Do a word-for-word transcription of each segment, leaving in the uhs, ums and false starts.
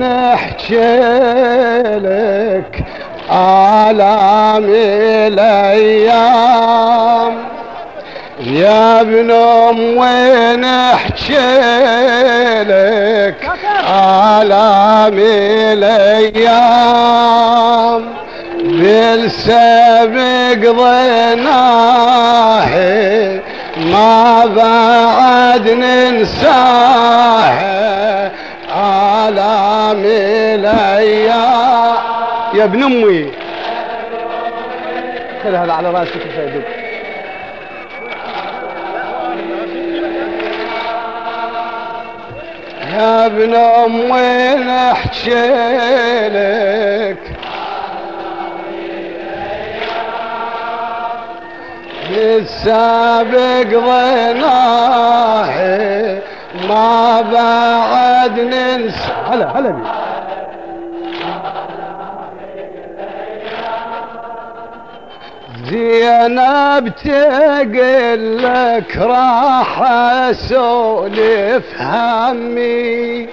نحكي لك آلام الايام يا ابن امي نحكي لك آلام الايام بالسابق ضناه ما بعد ننساه آلام الايام يا ابن امي خذ هذا على راسك يا يا ابن امي نحكي لك بالسابق ضناه ما بعد ننسى هلا هلا بي زينب تقول لك راح اسولف همي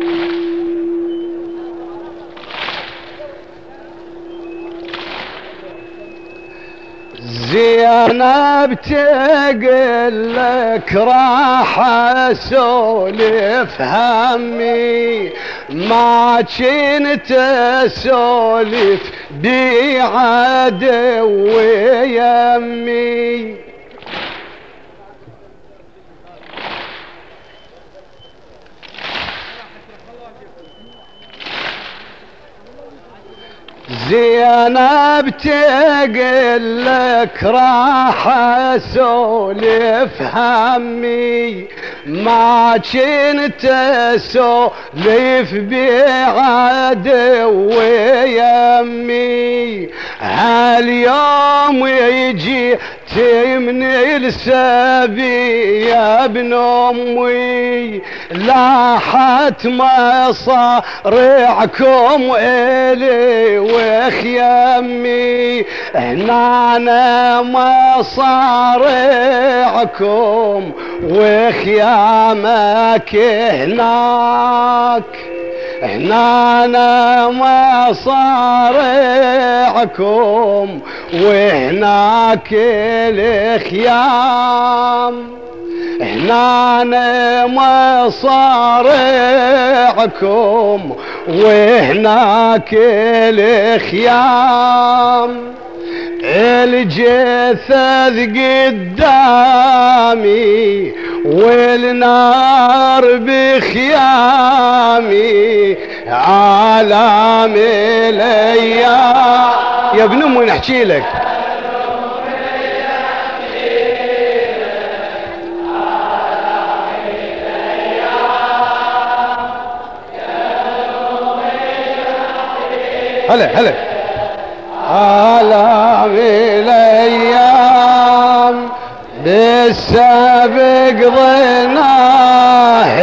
زينب تقول لك راح اسولف همي ما كنت اسولف بعدو يمي زينب تقول لك راح اسولف همي ما كنت اسولف بعدو يمي هاليوم يجي من السبي يا ابن امي لاحت مصارعكم الي وخيمي هنا انا مصارعكم وخيامك هناك هنا انا مصارعكم وهناك الخيام هنا انا مصارعكم وهناك الخيام الجثث قدامي والنار بخيامي عالم الايام يا ابن امي نحكي لك هلا هلا عالم الايام بالسابق ضناه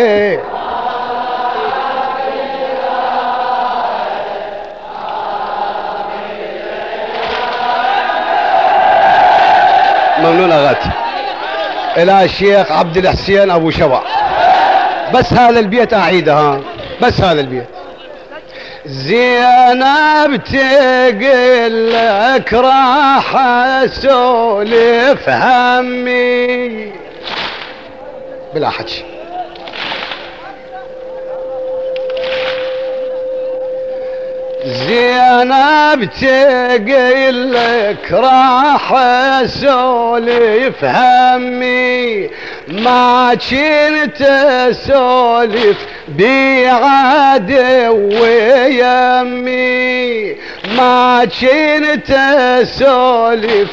ممنون اغاتي الى الشيخ عبد الحسين ابو شبع بس هذا البيت اعيده ها بس هذا البيت زينب تقول لك راح اسولف همي بلا حكي زينب تقول لك راح اسولف همي ما كنت اسولف بعدو يمي ما كنت اسولف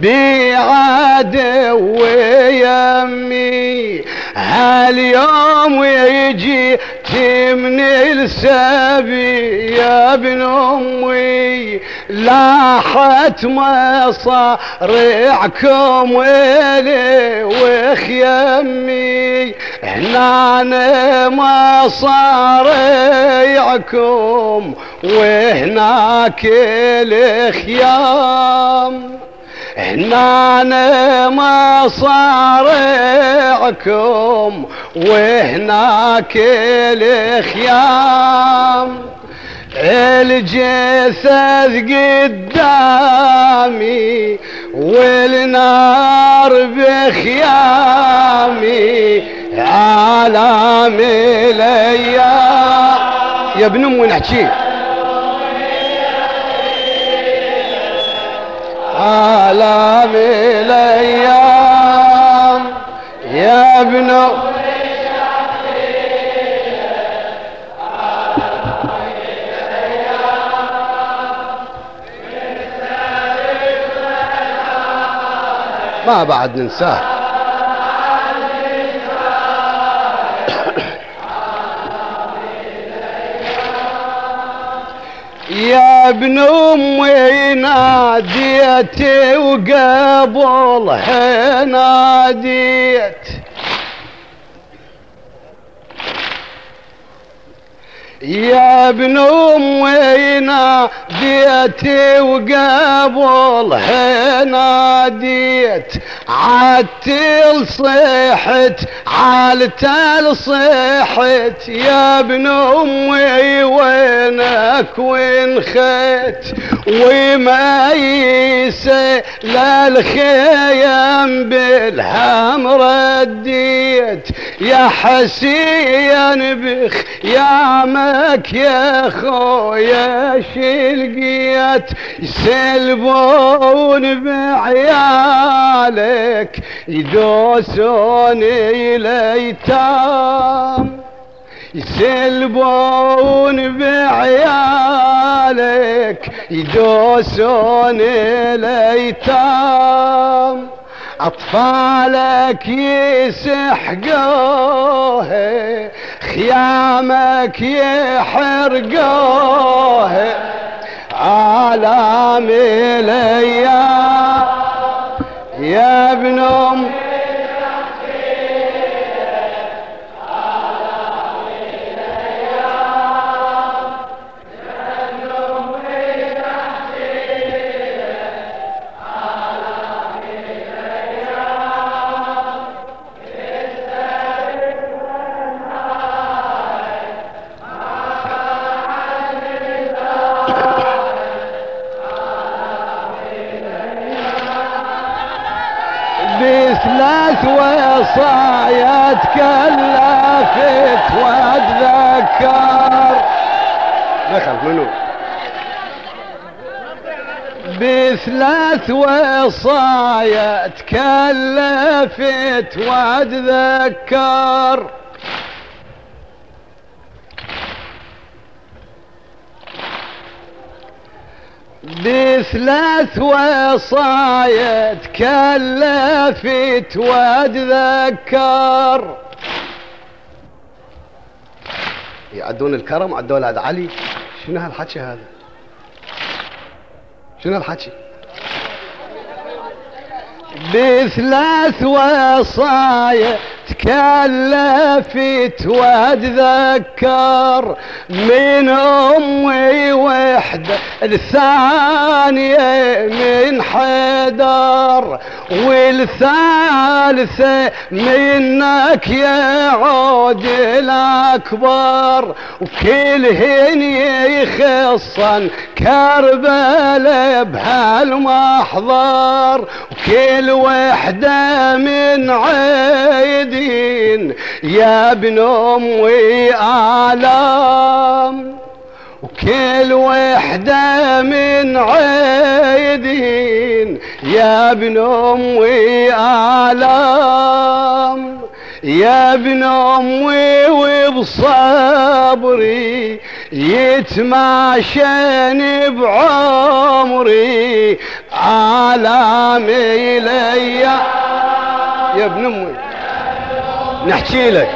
بعدو يمي هاليوم يجي من السبي يا ابن امي لاحت مصارعكم ويلي وخيمي هنا انا مصارعكم وهناك الخيام هنا انا مصارعكم وهناك الخيام والجثث قدامي والنار بخيامي عالم الايام. يا ابن امي نحكي عالم الايام يا ابن ما بعد ننساه. يا ابن امي ناديت وقبلها ناديت يا ابن امي ناديت وقبلها ناديت عالتل صيحت عالتل صيحت يا ابن امي وينك وين خيت وما يسي للخيام بالهم رديت يا حسين بخ يا مك يا خويا شلقيت يسلبون بعيالك يدوسون الايتام يسلبون بعيالك يدوسون الايتام أطفالك يسحقوه خيامك يحرقوه عالم الايام يا ابن ام بثلاث وصايا تكلفت واتذكر دخل منو بثلاث وصايا تكلفت واتذكر بثلاث وصايا تكلفت واتذكر يعدون الكرم عدوا اولاد علي. شنو هالحكي هذا؟ شنو هالحكي؟ بثلاث وصايا تكلفت واتذكر من امي وحده الثانيه من حيدر والثالثه منك يا عود الاكبر وكلهن يخصن كربلاء بهالمحضر وكل وحده من عيدين يا ابن امي آلام وكل وحده من عيدين يا ابن امي آلام يا ابن امي وبصبري يتماشين بعمري آلامي لي يا ابن امي نحكي لك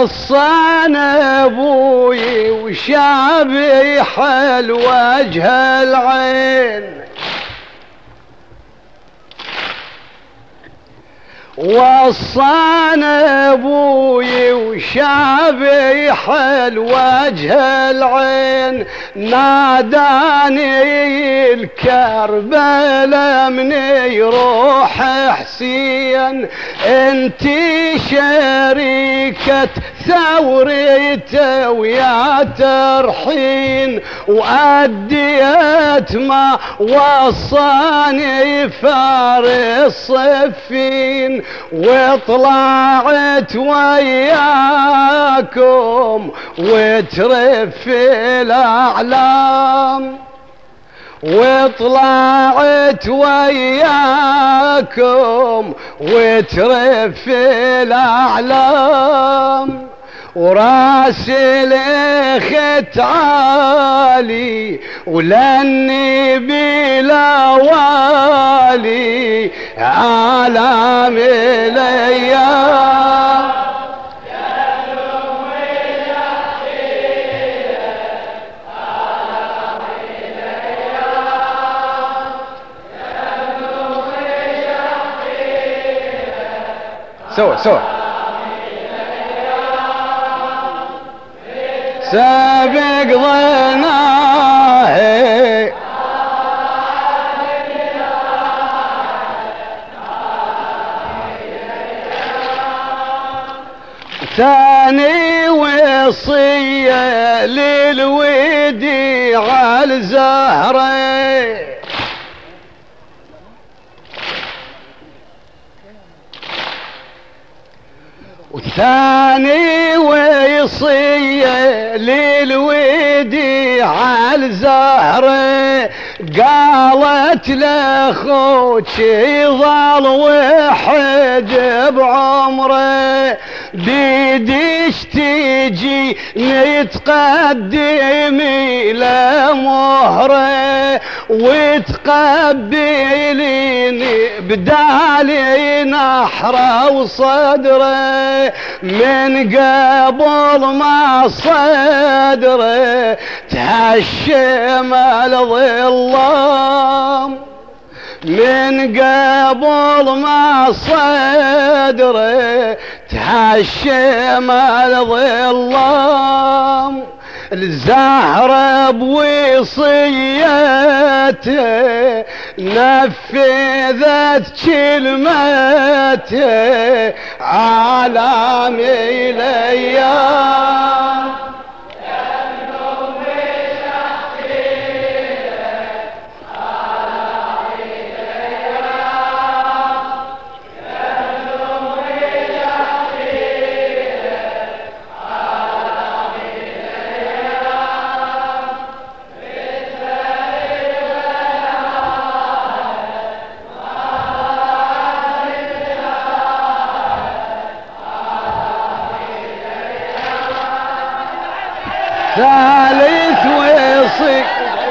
وصانا ابوي وشابح الوجه العين، وصانا ابوي وشابح الوجه العين، ناداني الكربلاء من يروح حسين، انتي شريكة ثورته ويا ترحين، وأديت ما وصاني فارس صفين، وطلعت وياكم وترف الأعلام، وطلعت وياكم وترف الأعلام، وراس الاخت عالي ولاني بلا والي عالم الايام، سوا سوا سابق ظناه ثاني وصية للوديع الزهرة، وثاني وصية للوديع الزهرة، قالت لاخوك يظل وحد بعمره، بيديش تيجي نتقدمي لمهره، وتقبليني بدالي نحره وصدره، من قبل ما صدره تهشم الظلام، من قبل ما صدره تهشم الظلام، الزهرة بوصيته نفذت كلمته عالم الايام، ثالث وصي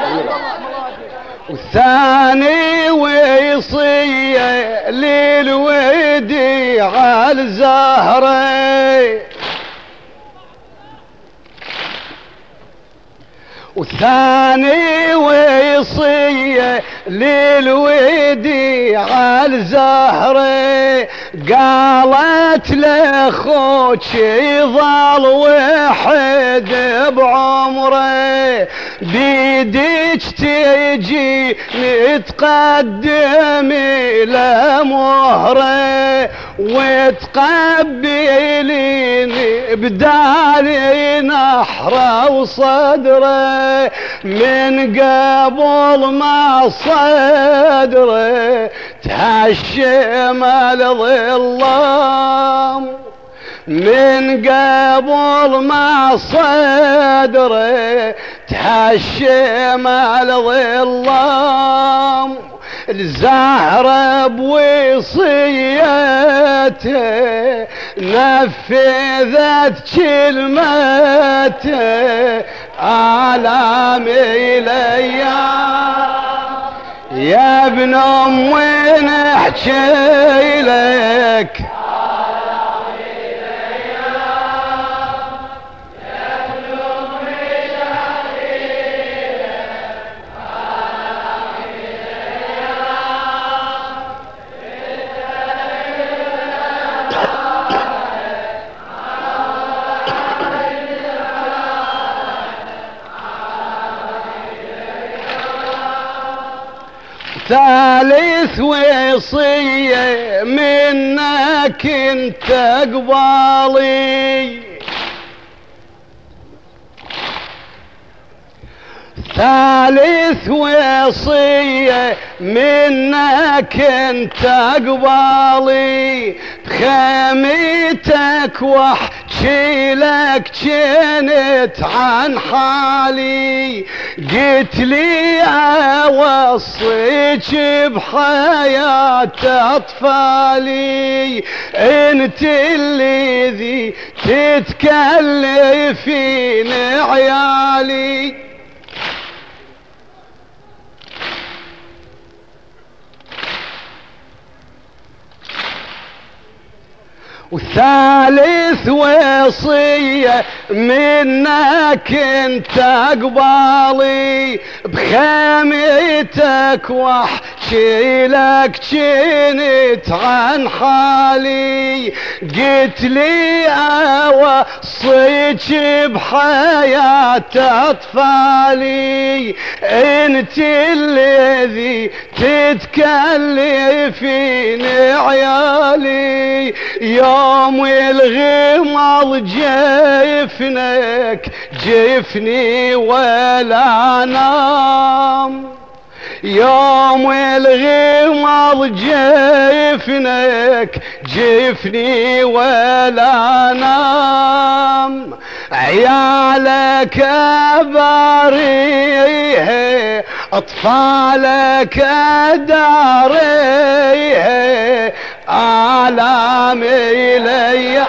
والثاني وصية للوديع الزهرة، والثاني وصية للوديع الزهرة، قالت لاخوك يظل وحد بعمره، بيديك تيجي نتقدمي لمهره، وتقبليني بدالي نحره وصدره، من قبل ما صدره تهشم الظلام، من قبل ما صدره تهشم الظلام، الزهرة بوصيته نفذت كلمته عالم الايام، يا ابن امي نحكي لك ثالث وصية منك انت قبالي، ثالث وصية منك انت قبالي، بخيمتك واحكي لك جنت عن حالي، قلت لي اوصيك بحياة اطفالي، انت الذي تتكلفين عيالي. وثالث وصية منك انت قبالي، بخيمتك واحكي لك جنت عن حالي، قلت لي اوصيك بحياة اطفالي، انت الذي تتكلفين عيالي. يوم الغمض جفنك جفني ولا نام، يوم الغمض جفنك جفني ولا نام، عيالك أباريه أطفالك أداريه، آلامي لي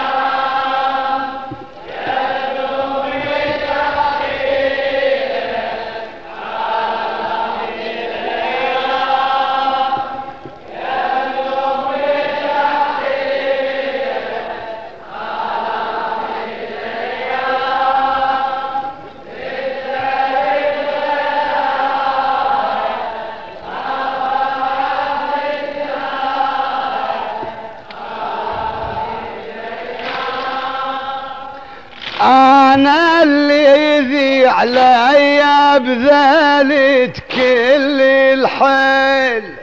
أنا الذي علي بذلت كل الحيل،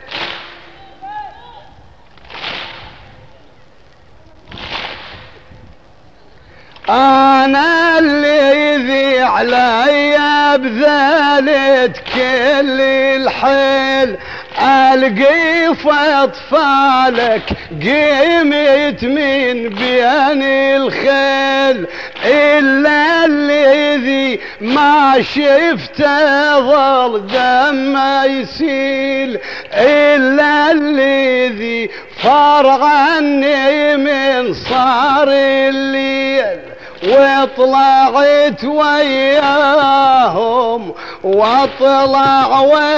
أنا الذي علي بذلت كل الحيل، القيف اطفالك قيمت من بين الخيل، الا الذي ما شفته ظل دمه يسيل، الا الذي فار عني من صار الليل، وطلعت وياهم واطلع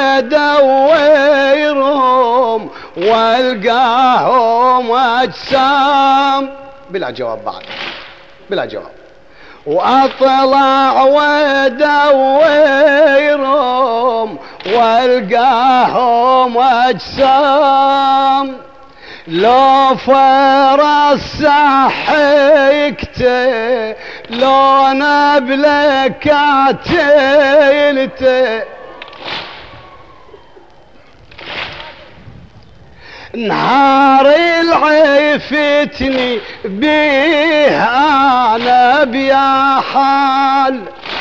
وادورهم والقاهم اجسام بلا جواب بعد بلا جواب، واطلع وادورهم والقاهم اجسام، لو فرس حكته لو نبلك عتلته، نهار العفتني بيه انا بيا حال،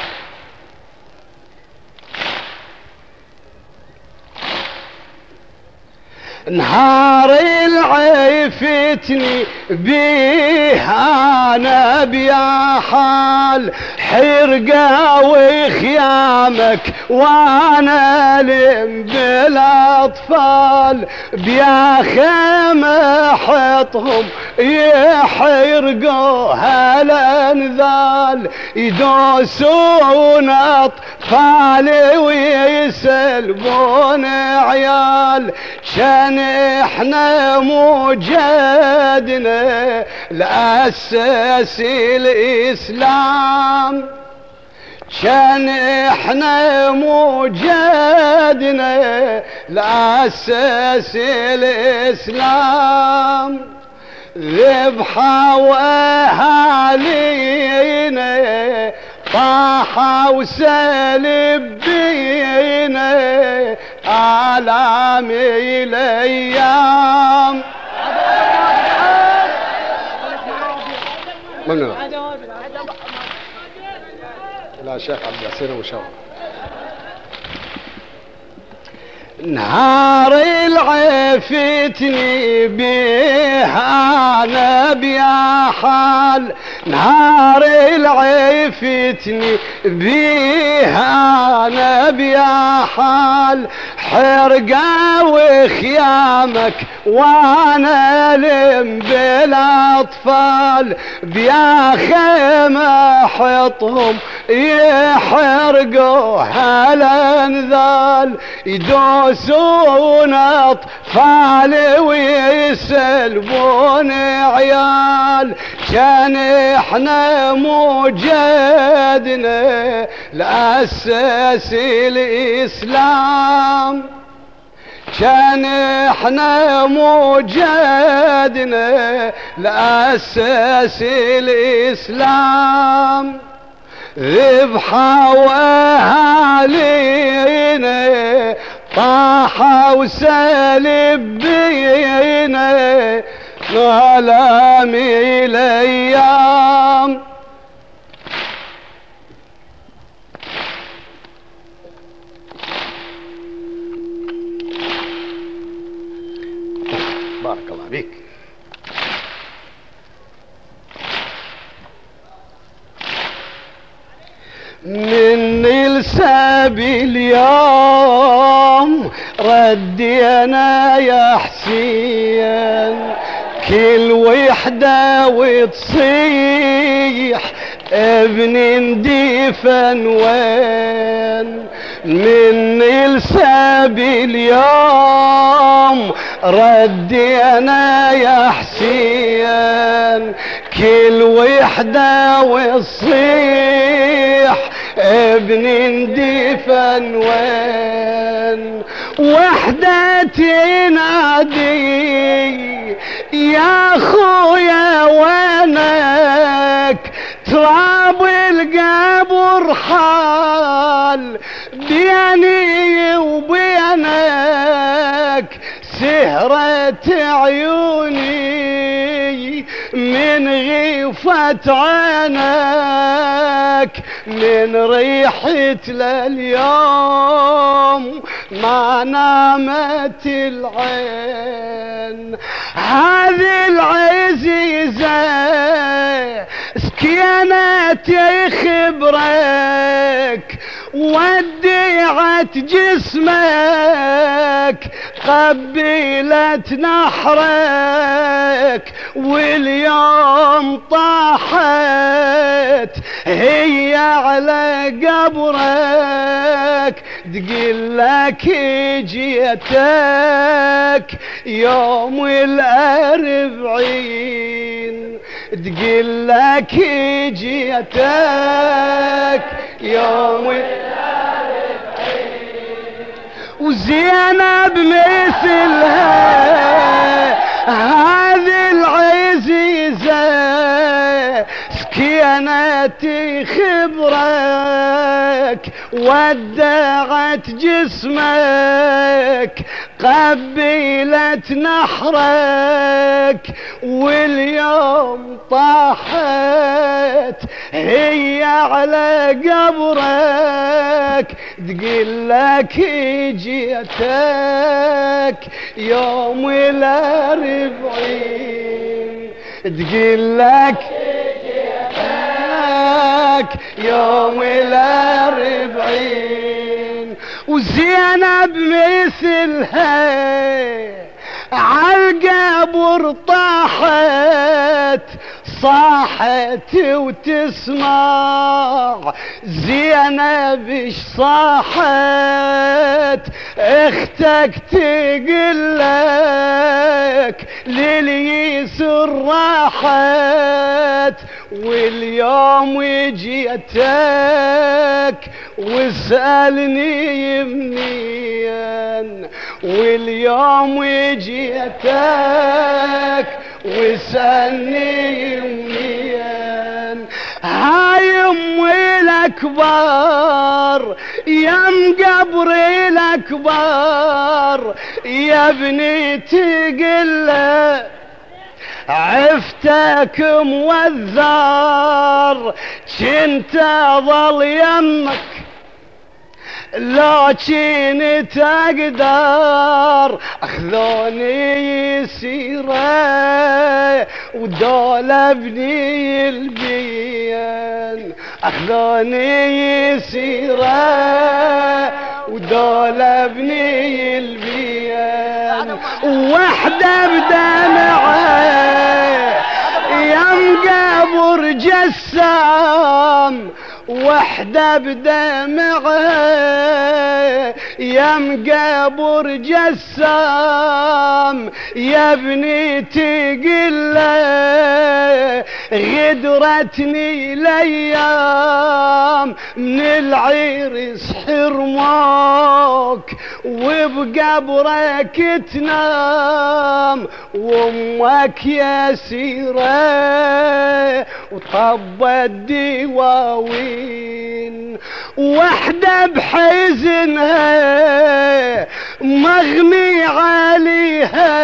نهار العفتني بيه انا بيا حال، حرقة وخيامك وانا لم بالاطفال، بيا خيمة حطهم يحرقوا هالانذال، يدوسون اطفالي ويسلبون عيال، كان احنا موجدنا لأساس الاسلام، كان احنا موجدنا لأساس الاسلام، ذبحة واهالينا طاحوا وسلب بينا، آلامي الأيام. ممنون. لا شيخ عبد الحسين أبو شوقي. نهار العفتني بها نبي حال، نهار العفتني بها نبي حال، حرقة وخيامك وانا لم بالاطفال، بيا خيمة حطهم يحرقوا هالانذال، يدوسون اطفال ويسلبون عيال، كان احنا موجدنا لأساس الاسلام، كان احنا موجدنا لأساس الاسلام، ذبحة واهالينا طاحة وسالب بينا، ظلامي الايام. بارك الله بك. من السبيل اليوم ردينا يا حسين، كل وحدة وتصيح ابني ندفن وين، من السبيل اليوم ردينا يا حسين، كل وحدة وتصيح ابني ندفن وين، وحدة تنادي يا خويا وينك، تراب القبر حال بيني وبينك، سهرة عيوني من غيفة عينك، من ريحة لليوم ما نامت العين، هذه العزيزة سكينتي خبرك، وديعت جسمك قبيلت نحرك، واليوم طاحت هي على قبرك، تقلك جيتك يوم الأربعين، تقلك جيتك يوم الأربعين، وزينب مثلها هذه العزيزة سكينتي خبرك، ودعت جسمك قبيلت نحرك، واليوم طاحت هي على قبرك، تقلك جيتك يوم الأربعين، تقلك يوم الأربعين، وزينب مثلها عالقبر طاحت، صاحت وتسمع زينب اش صاحت، اختك تقلك لليسر راحت، واليوم جيتك واسألني منين، واليوم جيتك واسألني منين، هاي امي الاكبر يم قبري لك كبار يا ابني تقله عفتك موذر كنت اظل يمك لكن تقدر اخذوني يسيره ودول ابني البين اخذوني يسيره ودول ابني البين وحده بدمعه يم قبر جسام وحده بدمعه يم قبر جسام يا ابني تقله غدرتني الايام من العرس حرموك وبقبرك تنام وامك يسيره وطب الدواوين وحده بحزنها مغمي عليها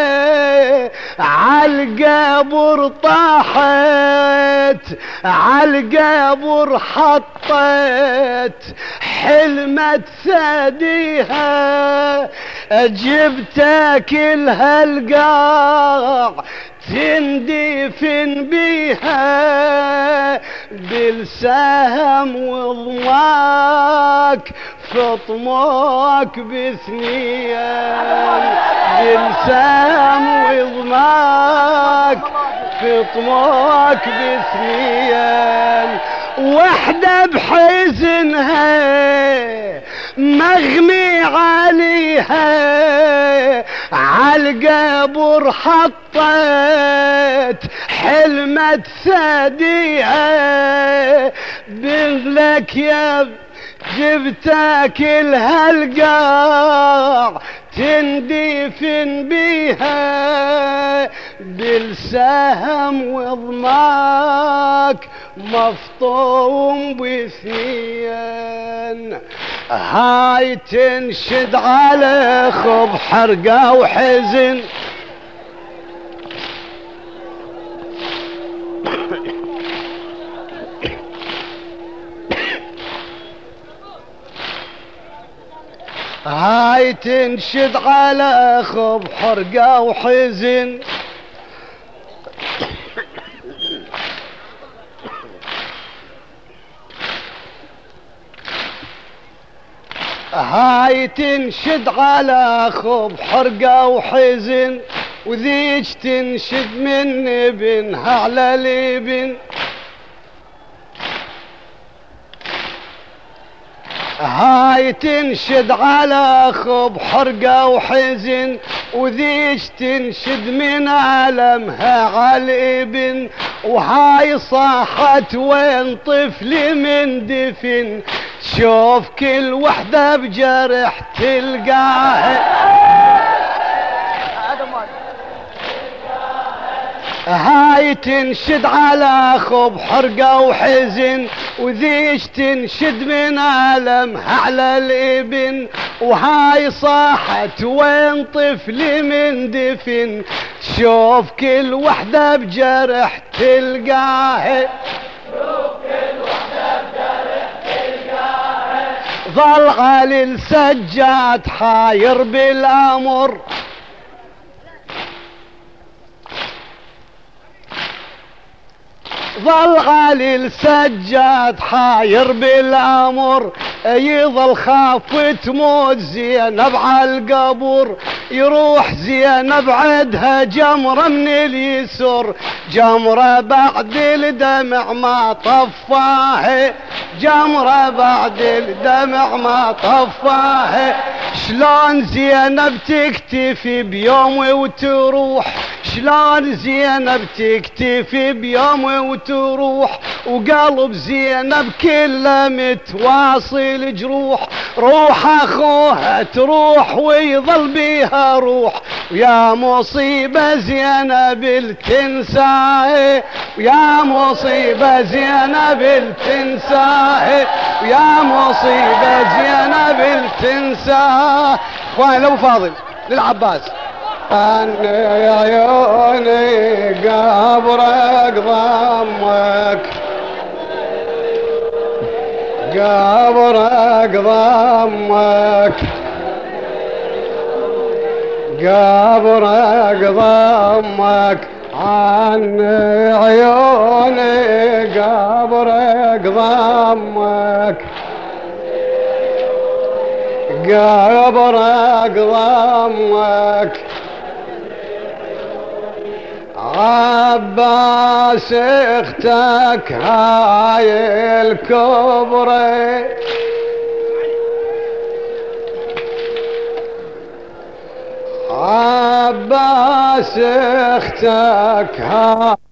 عالقبر طاحت عالقبر حطت حلمت ثديها جبتك الهالقاع تندفن بيها بالسهم وضماك فطموك بثنيان بالسهم وضماك فطموك بثنيان وحده بحزنها مغمي عليها عالقبر حطت حلمت ثديها بذلك يا جبتك الهالقاع تندفن بيها بالسهم وضماك مفطوم بثنيان هاي تنشد على خب حرقة وحزن هاي تنشد على خب حرقة وحزن هاي تنشد على خب حرقة وحزن وذيك تنشد من ابنها على الابن هاي تنشد على خب حرقة وحزن وذيك تنشد من ألمها على الابن وهاي صاحت وين طفل من دفن شوف كل وحدة بجرح تلقاها هاي تنشد على خب حرقة وحزن وذيش تنشد من ألمها على الابن وهاي صاحت وين طفل من دفن شوف كل وحدة بجرح تلقاها شوف كل وحدة بجرح تلقاها ظل علي السجاد حاير بالأمر ظل علي السجاد حاير بالامر يظل خاف تموت زينب على القبر يروح زينب عدها جمره من اليسر جمره بعد الدمع ما طفاه جمره بعد الدمع ما طفاه شلون زينب تكتفي بيوم وتروح شلون زينب تكتفي بيوم وتروح وقلب زينب كله متواصل جروح روح اخوها تروح ويظل بيها روح ويا مصيبة زينب التنساه، ويا مصيبة زينب التنساه، ويا مصيبة زينب التنساه. اخواني لو فاضل للعباس. أنا يا عيوني قبرك ضمك، قبرك ضمك، قبرك ضمك عن عيوني، قبرك ضمك، قبرك ضمك. عباس اختك هاي الكبرى، عباس اختك هاي